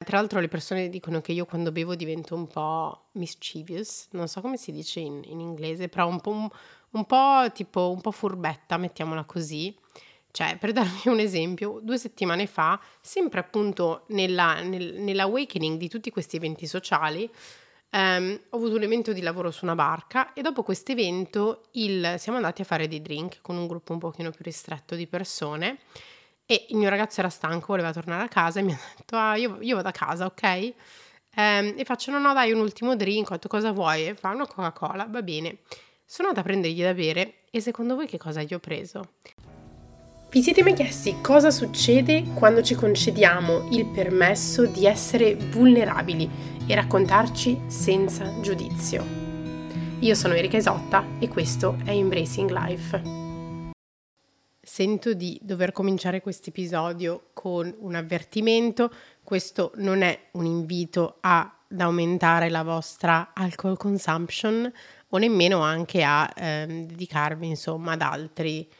tra l'altro le persone dicono che io quando bevo divento un po' mischievous, non so come si dice in inglese, però un po' tipo un po' furbetta, mettiamola così. Cioè, per darvi un esempio, 2 settimane fa, sempre appunto nell'awakening di tutti questi eventi sociali, ho avuto un evento di lavoro su una barca e dopo questo evento siamo andati a fare dei drink con un gruppo un pochino più ristretto di persone e il mio ragazzo era stanco, voleva tornare a casa e mi ha detto, io vado a casa, ok? E faccio, no, dai, un ultimo drink, ho detto, cosa vuoi? E fa, una Coca-Cola, va bene. Sono andata a prendergli da bere e secondo voi che cosa gli ho preso? Vi siete mai chiesti cosa succede quando ci concediamo il permesso di essere vulnerabili e raccontarci senza giudizio? Io sono Erika Isotta e questo è Embracing Life. Sento di dover cominciare questo episodio con un avvertimento. Questo non è un invito ad aumentare la vostra alcohol consumption o nemmeno anche a dedicarvi insomma ad altri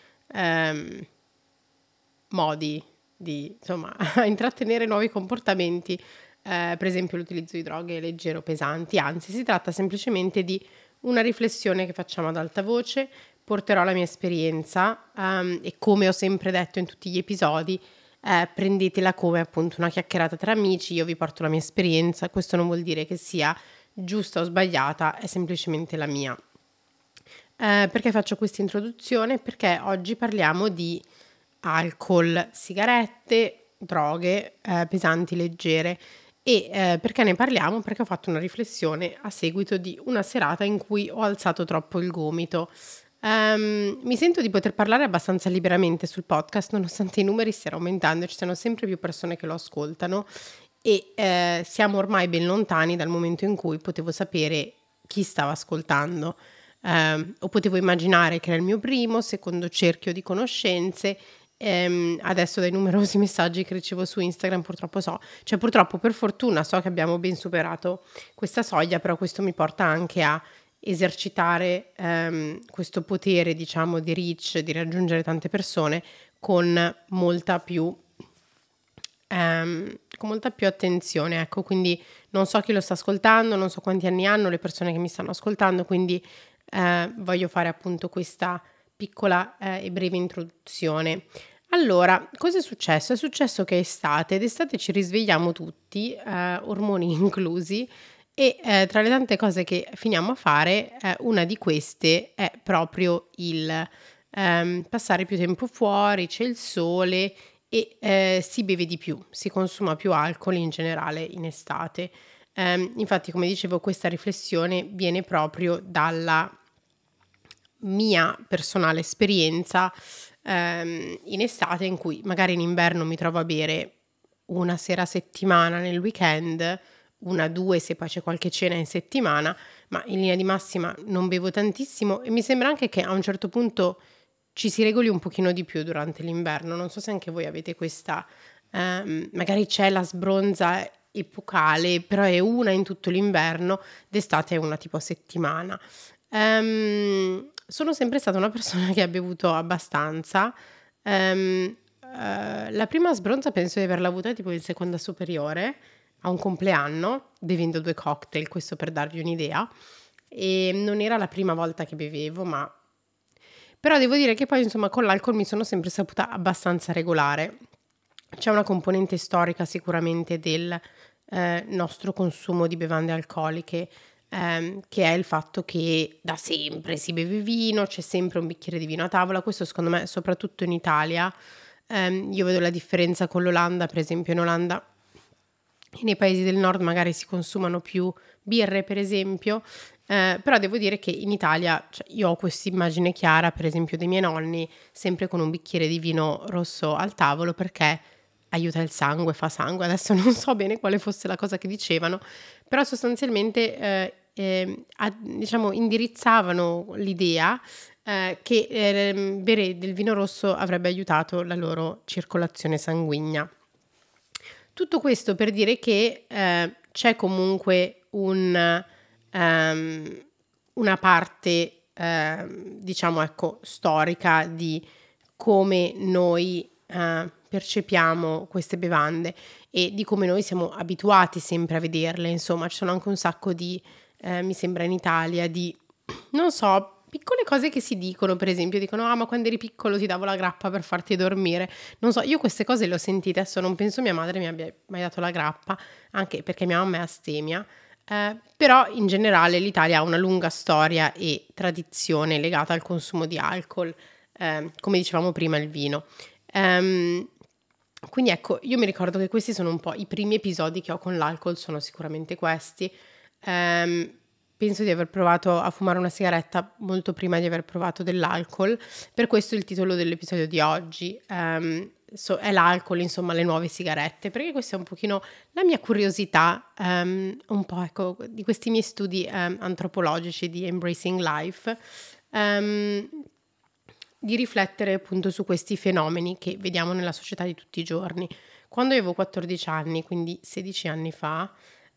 modi di insomma a intrattenere nuovi comportamenti, per esempio l'utilizzo di droghe leggere o pesanti, anzi si tratta semplicemente di una riflessione che facciamo ad alta voce. Porterò la mia esperienza e come ho sempre detto in tutti gli episodi, prendetela come appunto una chiacchierata tra amici, io vi porto la mia esperienza, questo non vuol dire che sia giusta o sbagliata, è semplicemente la mia. Perché faccio questa introduzione? Perché oggi parliamo di alcol, sigarette, droghe pesanti, leggere e perché ne parliamo? Perché ho fatto una riflessione a seguito di una serata in cui ho alzato troppo il gomito. Mi sento di poter parlare abbastanza liberamente sul podcast nonostante i numeri stiano aumentando e ci siano sempre più persone che lo ascoltano e siamo ormai ben lontani dal momento in cui potevo sapere chi stava ascoltando. O potevo immaginare che era il mio primo, secondo cerchio di conoscenze. Adesso dai numerosi messaggi che ricevo su Instagram purtroppo per fortuna so che abbiamo ben superato questa soglia, però questo mi porta anche a esercitare questo potere, diciamo, di reach, di raggiungere tante persone con molta più attenzione, ecco. Quindi non so chi lo sta ascoltando, non so quanti anni hanno le persone che mi stanno ascoltando, quindi voglio fare appunto questa piccola e breve introduzione. Allora, cosa è successo? È successo che è estate ed estate ci risvegliamo tutti, ormoni inclusi, e tra le tante cose che finiamo a fare, una di queste è proprio il passare più tempo fuori, c'è il sole e si beve di più, si consuma più alcol in generale in estate. Infatti, come dicevo, questa riflessione viene proprio dalla mia personale esperienza in estate, in cui magari in inverno mi trovo a bere una sera a settimana nel weekend, una, due se poi c'è qualche cena in settimana, ma in linea di massima non bevo tantissimo e mi sembra anche che a un certo punto ci si regoli un pochino di più durante l'inverno. Non so se anche voi avete questa, magari c'è la sbronza epocale, però è una in tutto l'inverno, d'estate è una tipo a settimana. Sono sempre stata una persona che ha bevuto abbastanza. La prima sbronza penso di averla avuta tipo in seconda superiore, a un compleanno, bevendo 2 cocktail, questo per darvi un'idea. E non era la prima volta che bevevo, ma però devo dire che poi insomma con l'alcol mi sono sempre saputa abbastanza regolare. C'è una componente storica sicuramente del nostro consumo di bevande alcoliche, che è il fatto che da sempre si beve vino, c'è sempre un bicchiere di vino a tavola, questo secondo me soprattutto in Italia. Io vedo la differenza con l'Olanda, per esempio in Olanda e nei paesi del nord magari si consumano più birre, per esempio, però devo dire che in Italia, cioè, io ho questa immagine chiara, per esempio, dei miei nonni, sempre con un bicchiere di vino rosso al tavolo perché aiuta il sangue, fa sangue. Adesso non so bene quale fosse la cosa che dicevano, però sostanzialmente diciamo indirizzavano l'idea che bere del vino rosso avrebbe aiutato la loro circolazione sanguigna. Tutto questo per dire che c'è comunque una parte, diciamo, ecco, storica di come noi percepiamo queste bevande e di come noi siamo abituati sempre a vederle. Insomma, ci sono anche un sacco di, mi sembra in Italia, di, non so, piccole cose che si dicono, per esempio dicono: ah, ma quando eri piccolo ti davo la grappa per farti dormire. Non so, io queste cose le ho sentite, adesso non penso mia madre mi abbia mai dato la grappa, anche perché mia mamma è astemia. Però in generale l'Italia ha una lunga storia e tradizione legata al consumo di alcol, come dicevamo prima il vino. Quindi ecco, io mi ricordo che questi sono un po' i primi episodi che ho con l'alcol, sono sicuramente questi. Penso di aver provato a fumare una sigaretta molto prima di aver provato dell'alcol, per questo il titolo dell'episodio di oggi è l'alcol, insomma, le nuove sigarette, perché questa è un pochino la mia curiosità, un po' ecco, di questi miei studi antropologici di Embracing Life, di riflettere appunto su questi fenomeni che vediamo nella società di tutti i giorni. Quando io avevo 14 anni, quindi 16 anni fa,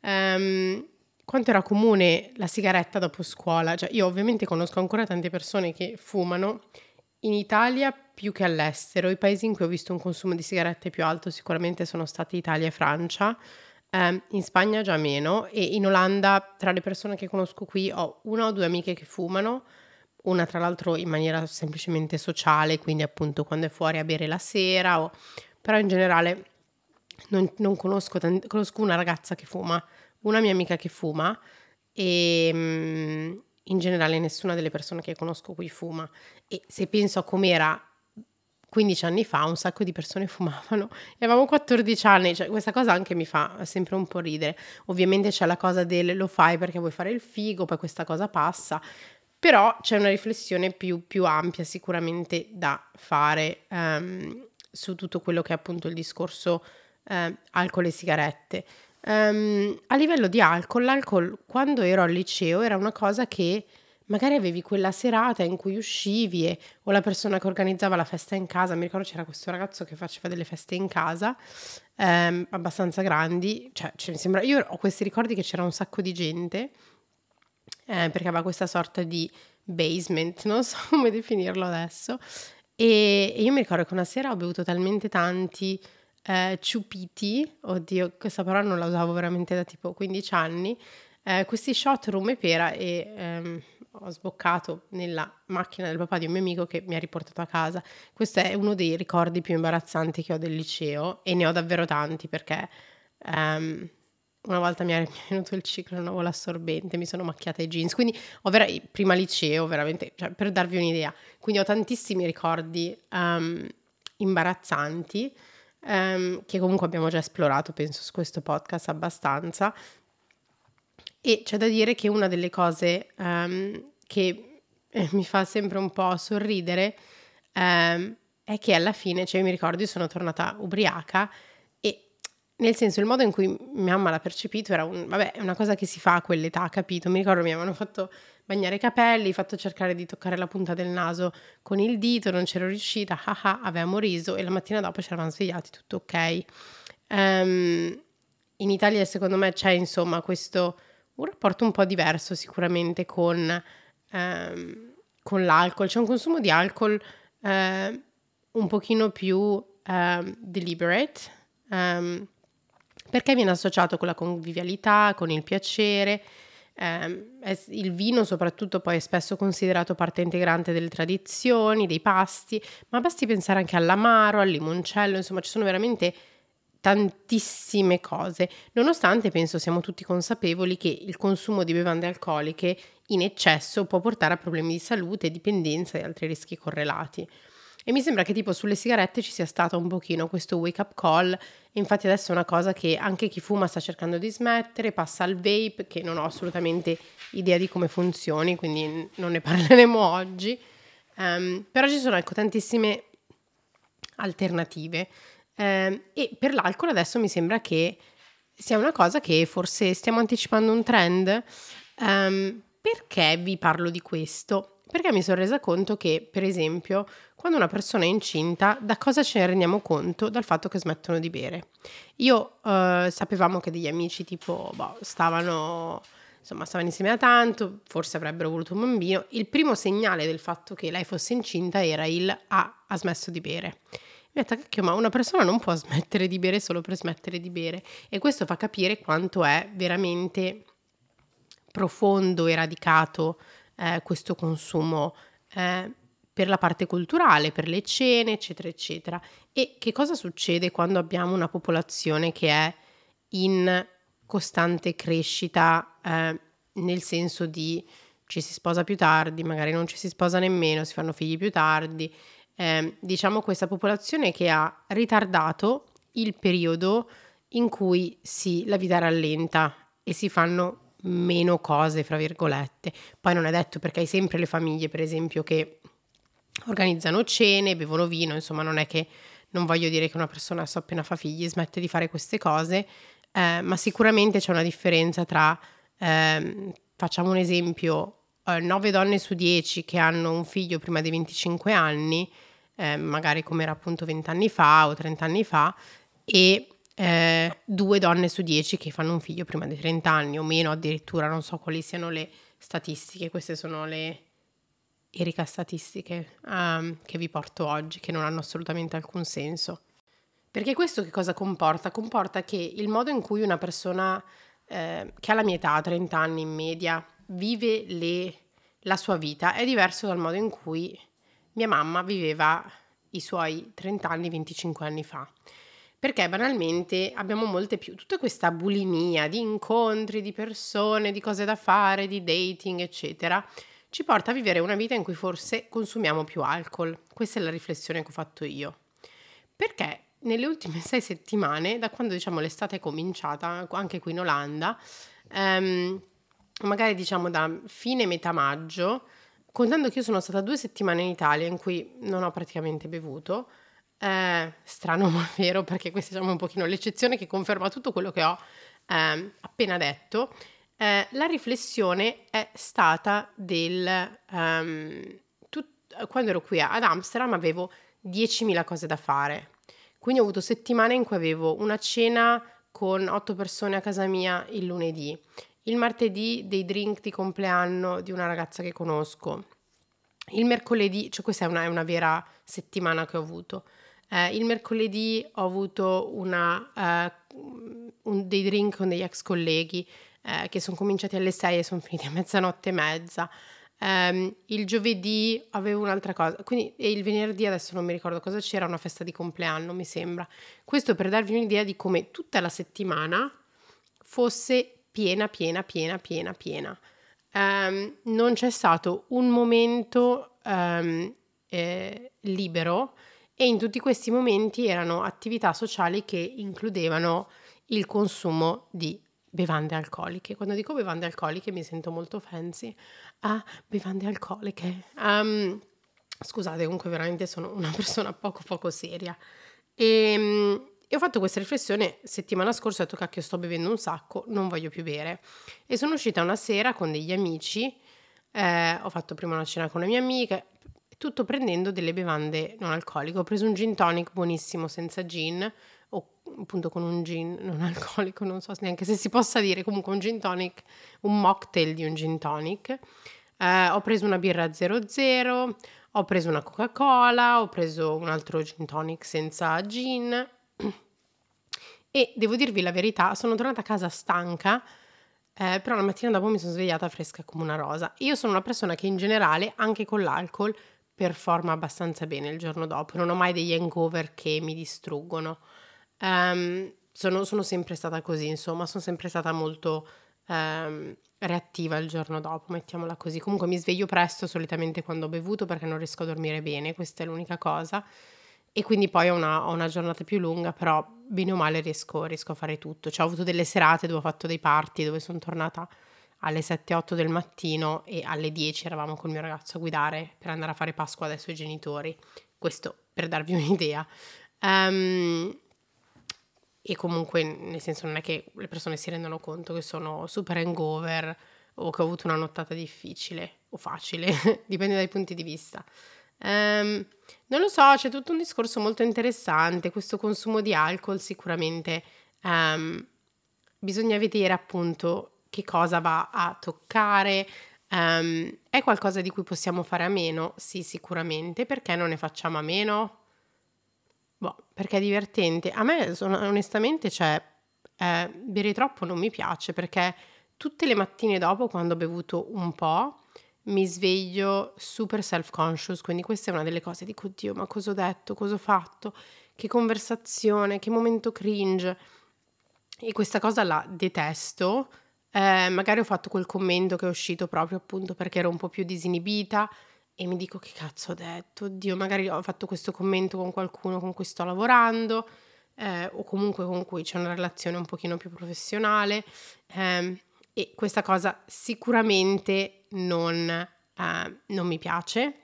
quanto era comune la sigaretta dopo scuola. Cioè, io ovviamente conosco ancora tante persone che fumano in Italia più che all'estero. I paesi in cui ho visto un consumo di sigarette più alto sicuramente sono stati Italia e Francia, in Spagna già meno, e in Olanda tra le persone che conosco qui ho una o due amiche che fumano, una tra l'altro in maniera semplicemente sociale, quindi appunto quando è fuori a bere la sera, però in generale non conosco, conosco una ragazza che fuma, una mia amica che fuma e in generale nessuna delle persone che conosco qui fuma. E se penso a com'era 15 anni fa, un sacco di persone fumavano e avevamo 14 anni, cioè questa cosa anche mi fa sempre un po' ridere. Ovviamente c'è la cosa del lo fai perché vuoi fare il figo, poi questa cosa passa, però c'è una riflessione più ampia sicuramente da fare su tutto quello che è appunto il discorso alcol e sigarette. A livello di alcol, l'alcol quando ero al liceo era una cosa che magari avevi quella serata in cui uscivi o la persona che organizzava la festa in casa, mi ricordo c'era questo ragazzo che faceva delle feste in casa, abbastanza grandi, mi sembra, io ho questi ricordi che c'era un sacco di gente, perché aveva questa sorta di basement, non so come definirlo adesso, e io mi ricordo che una sera ho bevuto talmente tanti ciupiti, oddio, questa parola non la usavo veramente da tipo 15 anni, questi shot rum e pera e ho sboccato nella macchina del papà di un mio amico che mi ha riportato a casa. Questo è uno dei ricordi più imbarazzanti che ho del liceo e ne ho davvero tanti perché una volta mi è venuto il ciclo, non avevo l'assorbente, mi sono macchiata i jeans, quindi prima liceo veramente, cioè, per darvi un'idea, quindi ho tantissimi ricordi imbarazzanti che comunque abbiamo già esplorato, penso, su questo podcast abbastanza. E c'è da dire che una delle cose che mi fa sempre un po' sorridere è che alla fine, cioè io mi ricordo, io sono tornata ubriaca e nel senso il modo in cui mia mamma l'ha percepito era vabbè, è una cosa che si fa a quell'età, capito? Mi ricordo mi avevano fatto bagnare i capelli, fatto cercare di toccare la punta del naso con il dito, non c'ero riuscita, avevamo riso e la mattina dopo ci eravamo svegliati, tutto ok. In Italia secondo me c'è insomma questo un rapporto un po' diverso sicuramente con l'alcol, c'è un consumo di alcol un pochino più deliberate, perché viene associato con la convivialità, con il piacere. Il vino soprattutto poi è spesso considerato parte integrante delle tradizioni, dei pasti, ma basti pensare anche all'amaro, al limoncello, insomma ci sono veramente tantissime cose, nonostante penso siamo tutti consapevoli che il consumo di bevande alcoliche in eccesso può portare a problemi di salute, dipendenza e altri rischi correlati. E mi sembra che tipo sulle sigarette ci sia stato un pochino questo wake up call, e infatti adesso è una cosa che anche chi fuma sta cercando di smettere, passa al vape, che non ho assolutamente idea di come funzioni, quindi non ne parleremo oggi, però ci sono ecco tantissime alternative. E per l'alcol adesso mi sembra che sia una cosa che forse stiamo anticipando un trend. Perché vi parlo di questo? Perché mi sono resa conto che, per esempio, quando una persona è incinta, da cosa ce ne rendiamo conto? Dal fatto che smettono di bere. Io sapevamo che degli amici tipo stavano insieme da tanto, forse avrebbero voluto un bambino. Il primo segnale del fatto che lei fosse incinta era ha smesso di bere. ho detto: "Cacchio, ma una persona non può smettere di bere solo per smettere di bere". E questo fa capire quanto è veramente profondo e radicato, questo consumo, ehm, per la parte culturale, per le cene, eccetera, eccetera. E che cosa succede quando abbiamo una popolazione che è in costante crescita, nel senso di ci si sposa più tardi, magari non ci si sposa nemmeno, si fanno figli più tardi. Diciamo questa popolazione che ha ritardato il periodo in cui la vita rallenta e si fanno "meno cose" fra virgolette. Poi non è detto, perché hai sempre le famiglie, per esempio, che organizzano cene, bevono vino, insomma non è che, non voglio dire che una persona adesso appena fa figli smette di fare queste cose, ma sicuramente c'è una differenza tra, facciamo un esempio, 9 donne su 10 che hanno un figlio prima dei 25 anni, magari come era appunto 20 anni fa o 30 anni fa, e 2 donne su 10 che fanno un figlio prima dei 30 anni o meno addirittura, non so quali siano le statistiche, queste sono le statistiche, che vi porto oggi, che non hanno assolutamente alcun senso. Perché questo che cosa comporta? Comporta che il modo in cui una persona, che ha la mia età, 30 anni in media, vive la sua vita è diverso dal modo in cui mia mamma viveva i suoi 30 anni 25 anni fa. Perché banalmente abbiamo molte più, tutta questa bulimia di incontri, di persone, di cose da fare, di dating, eccetera, ci porta a vivere una vita in cui forse consumiamo più alcol. Questa è la riflessione che ho fatto io. Perché nelle ultime 6 settimane, da quando diciamo l'estate è cominciata, anche qui in Olanda, ehm, magari diciamo da fine metà maggio, contando che io sono stata 2 settimane in Italia in cui non ho praticamente bevuto, strano ma vero, perché questa diciamo è un pochino l'eccezione che conferma tutto quello che ho, appena detto, la riflessione è stata quando ero qui ad Amsterdam avevo 10.000 cose da fare. Quindi ho avuto settimane in cui avevo una cena con 8 persone a casa mia il lunedì, il martedì dei drink di compleanno di una ragazza che conosco, il mercoledì, cioè questa è una vera settimana che ho avuto. Il mercoledì ho avuto dei drink con degli ex colleghi, che sono cominciati alle 6 e sono finiti a mezzanotte e mezza. Il giovedì avevo un'altra cosa, quindi, e il venerdì adesso non mi ricordo cosa c'era, una festa di compleanno, mi sembra. Questo per darvi un'idea di come tutta la settimana fosse piena, piena, piena, piena, piena. Non c'è stato un momento, libero, e in tutti questi momenti erano attività sociali che includevano il consumo di bevande alcoliche. Quando dico bevande alcoliche mi sento molto fancy. Ah, bevande alcoliche. Scusate, comunque veramente sono una persona poco poco seria. E ho fatto questa riflessione settimana scorsa, ho detto: "Cacchio, sto bevendo un sacco, non voglio più bere". E sono uscita una sera con degli amici, ho fatto prima una cena con le mie amiche, tutto prendendo delle bevande non alcoliche. Ho preso un gin tonic buonissimo senza gin, o appunto con un gin non alcolico, non so neanche se si possa dire, comunque un gin tonic, un mocktail di un gin tonic. Ho preso una birra 00, ho preso una Coca-Cola, ho preso un altro gin tonic senza gin e devo dirvi la verità, sono tornata a casa stanca, però la mattina dopo mi sono svegliata fresca come una rosa. Io sono una persona che in generale, anche con l'alcol, performa abbastanza bene il giorno dopo, non ho mai degli hangover che mi distruggono. Sono sempre stata così, insomma, sono sempre stata molto, reattiva il giorno dopo, mettiamola così. Comunque mi sveglio presto solitamente quando ho bevuto perché non riesco a dormire bene, questa è l'unica cosa. E quindi poi ho una giornata più lunga, però bene o male riesco a fare tutto. Cioè ho avuto delle serate dove ho fatto dei party, dove son tornata alle 7, 8 del mattino e alle 10 eravamo col mio ragazzo a guidare per andare a fare Pasqua dai suoi genitori. Questo per darvi un'idea. Ehm e comunque, nel senso, non è che le persone si rendono conto che sono super hangover o che ho avuto una nottata difficile o facile, dipende dai punti di vista. Non lo so, c'è tutto un discorso molto interessante, questo consumo di alcol sicuramente, ehm, bisogna vedere appunto che cosa va a toccare. È qualcosa di cui possiamo fare a meno? Sì, sicuramente. Perché non ne facciamo a meno? Boh, perché è divertente. A me onestamente, cioè, bere troppo non mi piace perché tutte le mattine dopo, quando ho bevuto un po', mi sveglio super self-conscious, quindi questa è una delle cose, dico, oddio, ma cosa ho detto, cosa ho fatto, che conversazione, che momento cringe. E questa cosa la detesto. Magari ho fatto quel commento che è uscito proprio appunto perché ero un po' più disinibita e mi dico: "Che cazzo ho detto? Oddio, magari ho fatto questo commento con qualcuno con cui sto lavorando, o comunque con cui c'è una relazione un pochino più professionale", e questa cosa sicuramente non mi piace.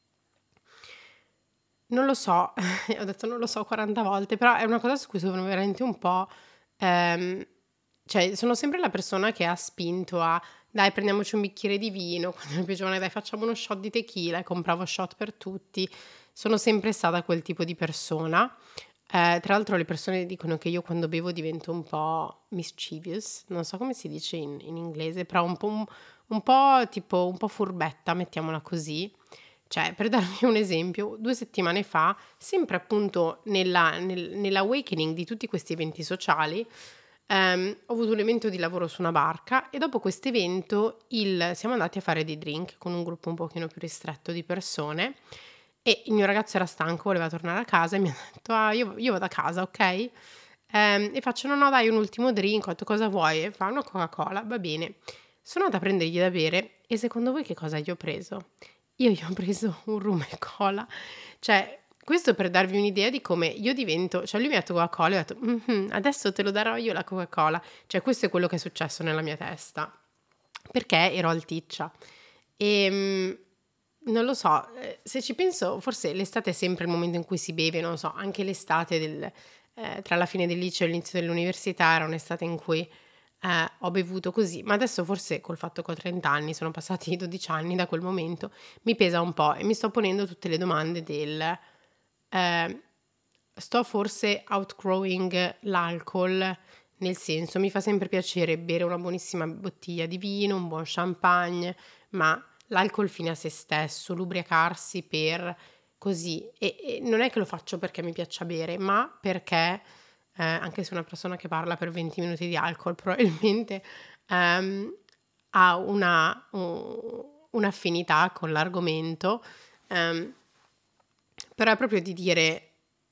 Non lo so, ho detto non lo so 40 volte, però è una cosa su cui sono veramente un po', ehm, cioè sono sempre la persona che ha spinto a: "Dai prendiamoci un bicchiere di vino", quando ero più giovane: "Dai facciamo uno shot di tequila", e compravo shot per tutti. Sono sempre stata quel tipo di persona. Tra l'altro le persone dicono che io quando bevo divento un po' mischievous, non so come si dice in inglese, però un po' tipo un po' furbetta, mettiamola così. Cioè, per darvi un esempio, 2 settimane fa, sempre appunto nell'awakening di tutti questi eventi sociali, ho avuto un evento di lavoro su una barca e dopo questo evento siamo andati a fare dei drink con un gruppo un pochino più ristretto di persone e il mio ragazzo era stanco, voleva tornare a casa e mi ha detto: "Ah, io vado a casa, okay?" E faccio: "No, no, dai, un ultimo drink." Ho detto: "Cosa vuoi?" E fa: "Una Coca-Cola." Va bene. Sono andata a prendergli da bere e secondo voi che cosa gli ho preso? Io gli ho preso un rum e cola. Cioè, questo per darvi un'idea di come io divento, cioè lui mi ha detto Coca-Cola e ho detto: "Mh-mh, adesso te lo darò io la Coca-Cola." Cioè questo è quello che è successo nella mia testa, perché ero alticcia. Ehm, non lo so, se ci penso forse l'estate è sempre il momento in cui si beve, non lo so, anche l'estate tra la fine del liceo e l'inizio dell'università era un'estate in cui, ho bevuto così, ma adesso forse col fatto che ho 30 anni, sono passati 12 anni da quel momento, mi pesa un po' e mi sto ponendo tutte le domande ehm, sto forse outgrowing l'alcol, nel senso, mi fa sempre piacere bere una buonissima bottiglia di vino, un buon champagne, ma l'alcol fine a se stesso, l'ubriacarsi per così e non è che lo faccio perché mi piaccia bere, ma perché, anche se una persona che parla per 20 minuti di alcol probabilmente, ehm, ha un'affinità con l'argomento, ehm, però è proprio di dire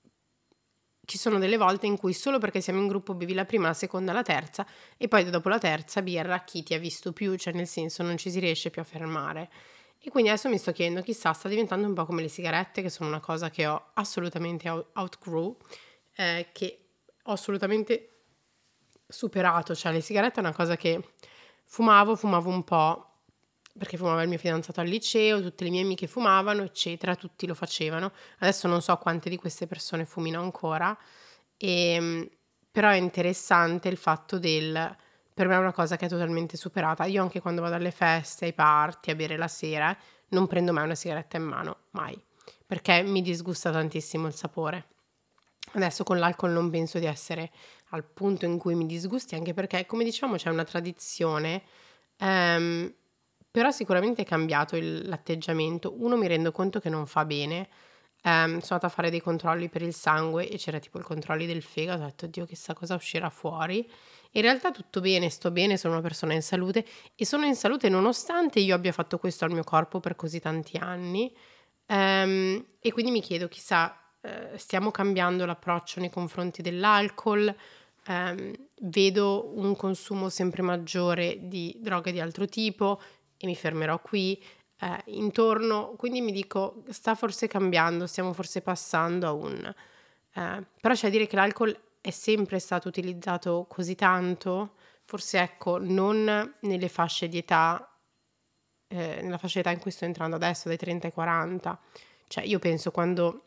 ci sono delle volte in cui solo perché siamo in gruppo bevi la prima, la seconda, la terza e poi dopo la terza birra chi ti ha visto più, cioè nel senso non ci si riesce più a fermare. E quindi adesso mi sto chiedendo, chissà, sta diventando un po' come le sigarette, che sono una cosa che ho assolutamente outgrew, che ho assolutamente superato, cioè le sigarette è una cosa che fumavo un po', perché fumava il mio fidanzato al liceo, tutte le mie amiche fumavano, eccetera, tutti lo facevano. Adesso non so quante di queste persone fumino ancora, ehm, però è interessante il fatto per me è una cosa che è totalmente superata. Io anche quando vado alle feste, ai party, a bere la sera, non prendo mai una sigaretta in mano, mai, perché mi disgusta tantissimo il sapore. Adesso con l'alcol non penso di essere al punto in cui mi disgusti, anche perché, come dicevamo, c'è una tradizione, ehm, però sicuramente è cambiato l'atteggiamento. Uno, mi rendo conto che non fa bene. Sono andata a fare dei controlli per il sangue e c'era tipo i controlli del fegato, ho detto: "Oddio, chissà cosa uscirà fuori". In realtà tutto bene, sto bene, sono una persona in salute e sono in salute nonostante io abbia fatto questo al mio corpo per così tanti anni. E quindi mi chiedo, chissà, stiamo cambiando l'approccio nei confronti dell'alcol, vedo un consumo sempre maggiore di droghe di altro tipo e mi fermerò qui. Intorno quindi mi dico: "Sta forse cambiando, stiamo forse passando a un" però c'è da dire che l'alcol è sempre stato utilizzato così tanto? Forse ecco, non nelle fasce di età nella fascia d'età in cui sto entrando adesso, dai 30 ai 40. Cioè io penso quando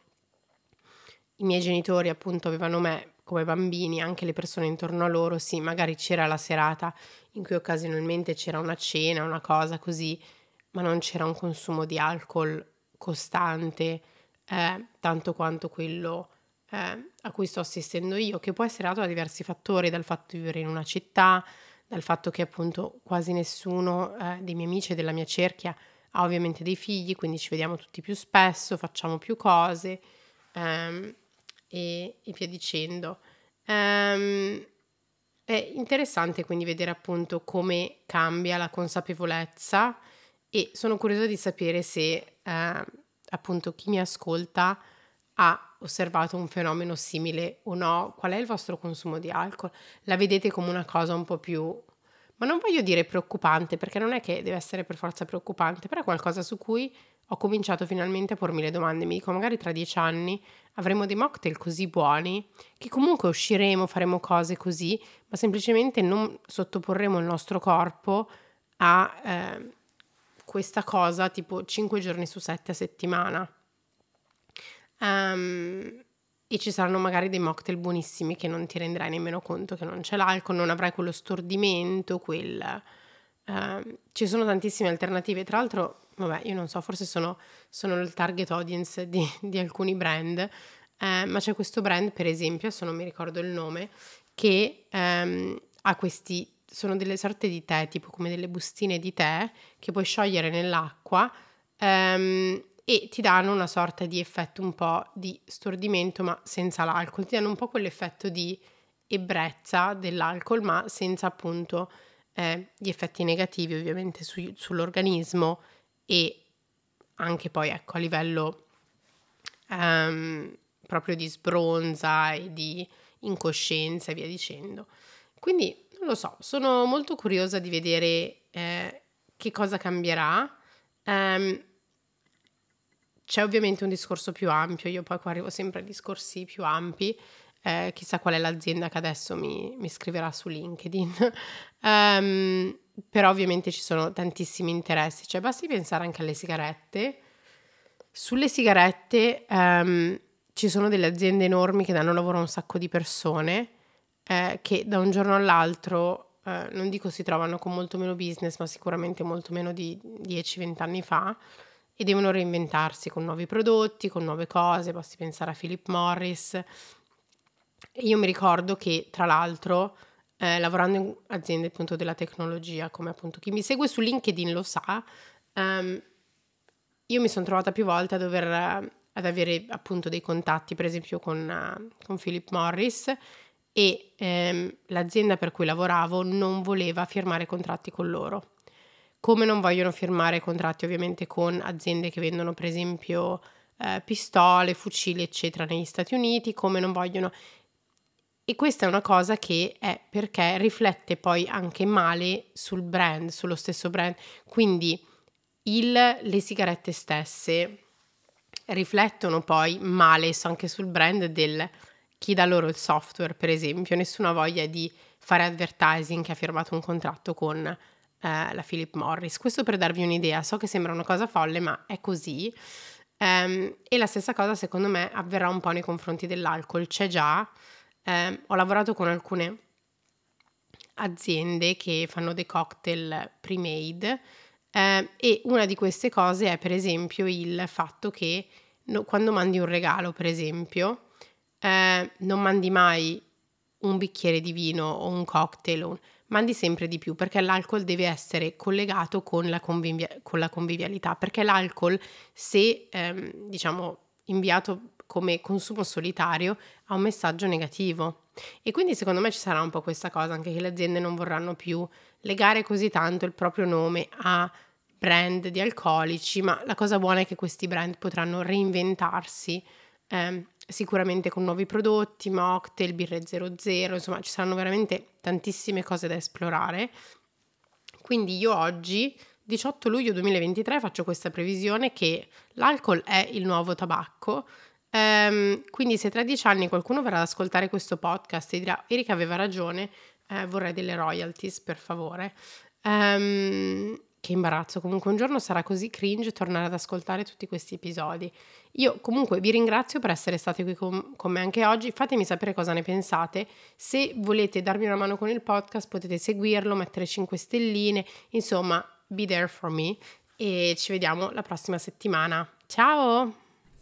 i miei genitori appunto avevano me come bambini, anche le persone intorno a loro, sì, magari c'era la serata in cui occasionalmente c'era una cena, una cosa così, ma non c'era un consumo di alcol costante, tanto quanto quello, a cui sto assistendo io, che può essere dato da diversi fattori, dal fatto di vivere in una città, dal fatto che appunto quasi nessuno, dei miei amici e della mia cerchia ha ovviamente dei figli, quindi ci vediamo tutti più spesso, facciamo più cose, ehm, e via dicendo. È interessante quindi vedere appunto come cambia la consapevolezza, e sono curiosa di sapere se appunto chi mi ascolta ha osservato un fenomeno simile o no. Qual è il vostro consumo di alcol? La vedete come una cosa un po' più, ma non voglio dire preoccupante, perché non è che deve essere per forza preoccupante, però è qualcosa su cui ho cominciato finalmente a pormi le domande. Mi dico, magari tra 10 anni avremo dei mocktail così buoni che comunque usciremo, faremo cose così, ma semplicemente non sottoporremo il nostro corpo a questa cosa tipo 5 giorni su 7 a settimana. E ci saranno magari dei mocktail buonissimi che non ti renderai nemmeno conto che non c'è l'alcol, non avrai quello stordimento, ci sono tantissime alternative. Tra l'altro, vabbè, io non so, forse sono il target audience di alcuni brand, ma c'è questo brand, per esempio, adesso non mi ricordo il nome, che ha questi, sono delle sorte di tè, tipo come delle bustine di tè che puoi sciogliere nell'acqua, e ti danno una sorta di effetto un po' di stordimento ma senza l'alcol, ti danno un po' quell'effetto di ebbrezza dell'alcol ma senza appunto gli effetti negativi ovviamente sull'organismo, e anche poi ecco a livello proprio di sbronza e di incoscienza e via dicendo. Quindi non lo so, sono molto curiosa di vedere che cosa cambierà. C'è ovviamente un discorso più ampio, io poi qua arrivo sempre a discorsi più ampi, chissà qual è l'azienda che adesso mi scriverà su LinkedIn, però ovviamente ci sono tantissimi interessi, cioè basti pensare anche alle sigarette. Sulle sigarette ci sono delle aziende enormi che danno lavoro a un sacco di persone, che da un giorno all'altro, non dico si trovano con molto meno business, ma sicuramente molto meno di 10-20 anni fa, e devono reinventarsi con nuovi prodotti, con nuove cose. Basti pensare a Philip Morris. E io mi ricordo che tra l'altro lavorando in aziende appunto della tecnologia, come appunto chi mi segue su LinkedIn lo sa, io mi sono trovata più volte ad avere appunto dei contatti, per esempio con Philip Morris, e l'azienda per cui lavoravo non voleva firmare contratti con loro. Come non vogliono firmare contratti ovviamente con aziende che vendono per esempio pistole, fucili eccetera negli Stati Uniti, come non vogliono. E questa è una cosa che è perché riflette poi anche male sul brand, sullo stesso brand. Quindi le sigarette stesse riflettono poi male anche sul brand del chi dà loro il software, per esempio. Nessuno ha voglia di fare advertising che ha firmato un contratto con la Philip Morris. Questo per darvi un'idea, so che sembra una cosa folle ma è così, e la stessa cosa secondo me avverrà un po' nei confronti dell'alcol. C'è già, ho lavorato con alcune aziende che fanno dei cocktail pre-made, e una di queste cose è per esempio il fatto che quando mandi un regalo, per esempio, non mandi mai un bicchiere di vino o un cocktail, mandi sempre di più, perché l'alcol deve essere collegato con la convivialità, perché l'alcol, se diciamo inviato come consumo solitario, ha un messaggio negativo. E quindi secondo me ci sarà un po' questa cosa anche, che le aziende non vorranno più legare così tanto il proprio nome a brand di alcolici, ma la cosa buona è che questi brand potranno reinventarsi, sicuramente con nuovi prodotti, mocktail, birre 00, insomma ci saranno veramente tantissime cose da esplorare. Quindi io oggi, 18 luglio 2023, faccio questa previsione che l'alcol è il nuovo tabacco. Quindi se tra 10 anni qualcuno verrà ad ascoltare questo podcast e dirà Erika aveva ragione, vorrei delle royalties per favore. Che imbarazzo, comunque un giorno sarà così cringe tornare ad ascoltare tutti questi episodi. Io comunque vi ringrazio per essere stati qui con me anche oggi, fatemi sapere cosa ne pensate. Se volete darmi una mano con il podcast potete seguirlo, mettere 5 stelline, insomma be there for me, e ci vediamo la prossima settimana. Ciao!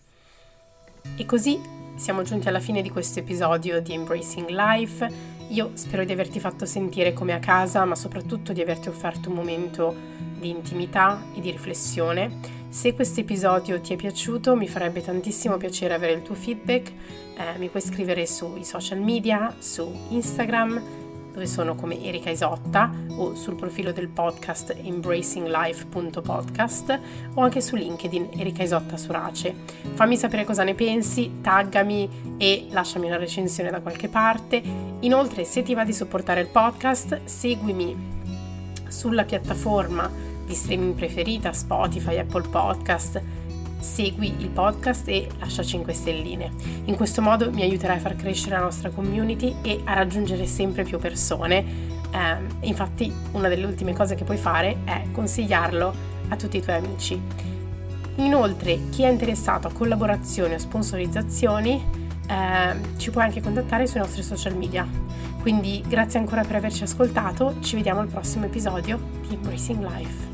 E così siamo giunti alla fine di questo episodio di Embracing Life. Io spero di averti fatto sentire come a casa, ma soprattutto di averti offerto un momento di intimità e di riflessione. Se questo episodio ti è piaciuto, mi farebbe tantissimo piacere avere il tuo feedback. Mi puoi scrivere sui social media, su Instagram, dove sono come Erika Isotta, o sul profilo del podcast embracinglife.podcast, o anche su LinkedIn Erika Isotta Surace. Fammi sapere cosa ne pensi, taggami e lasciami una recensione da qualche parte. Inoltre, se ti va di supportare il podcast, seguimi sulla piattaforma di streaming preferita, Spotify, Apple Podcast. Segui il podcast e lascia 5 stelline. In questo modo mi aiuterai a far crescere la nostra community e a raggiungere sempre più persone. Infatti, una delle ultime cose che puoi fare è consigliarlo a tutti i tuoi amici. Inoltre, chi è interessato a collaborazioni o sponsorizzazioni ci puoi anche contattare sui nostri social media. Quindi grazie ancora per averci ascoltato, ci vediamo al prossimo episodio di Embracing Life.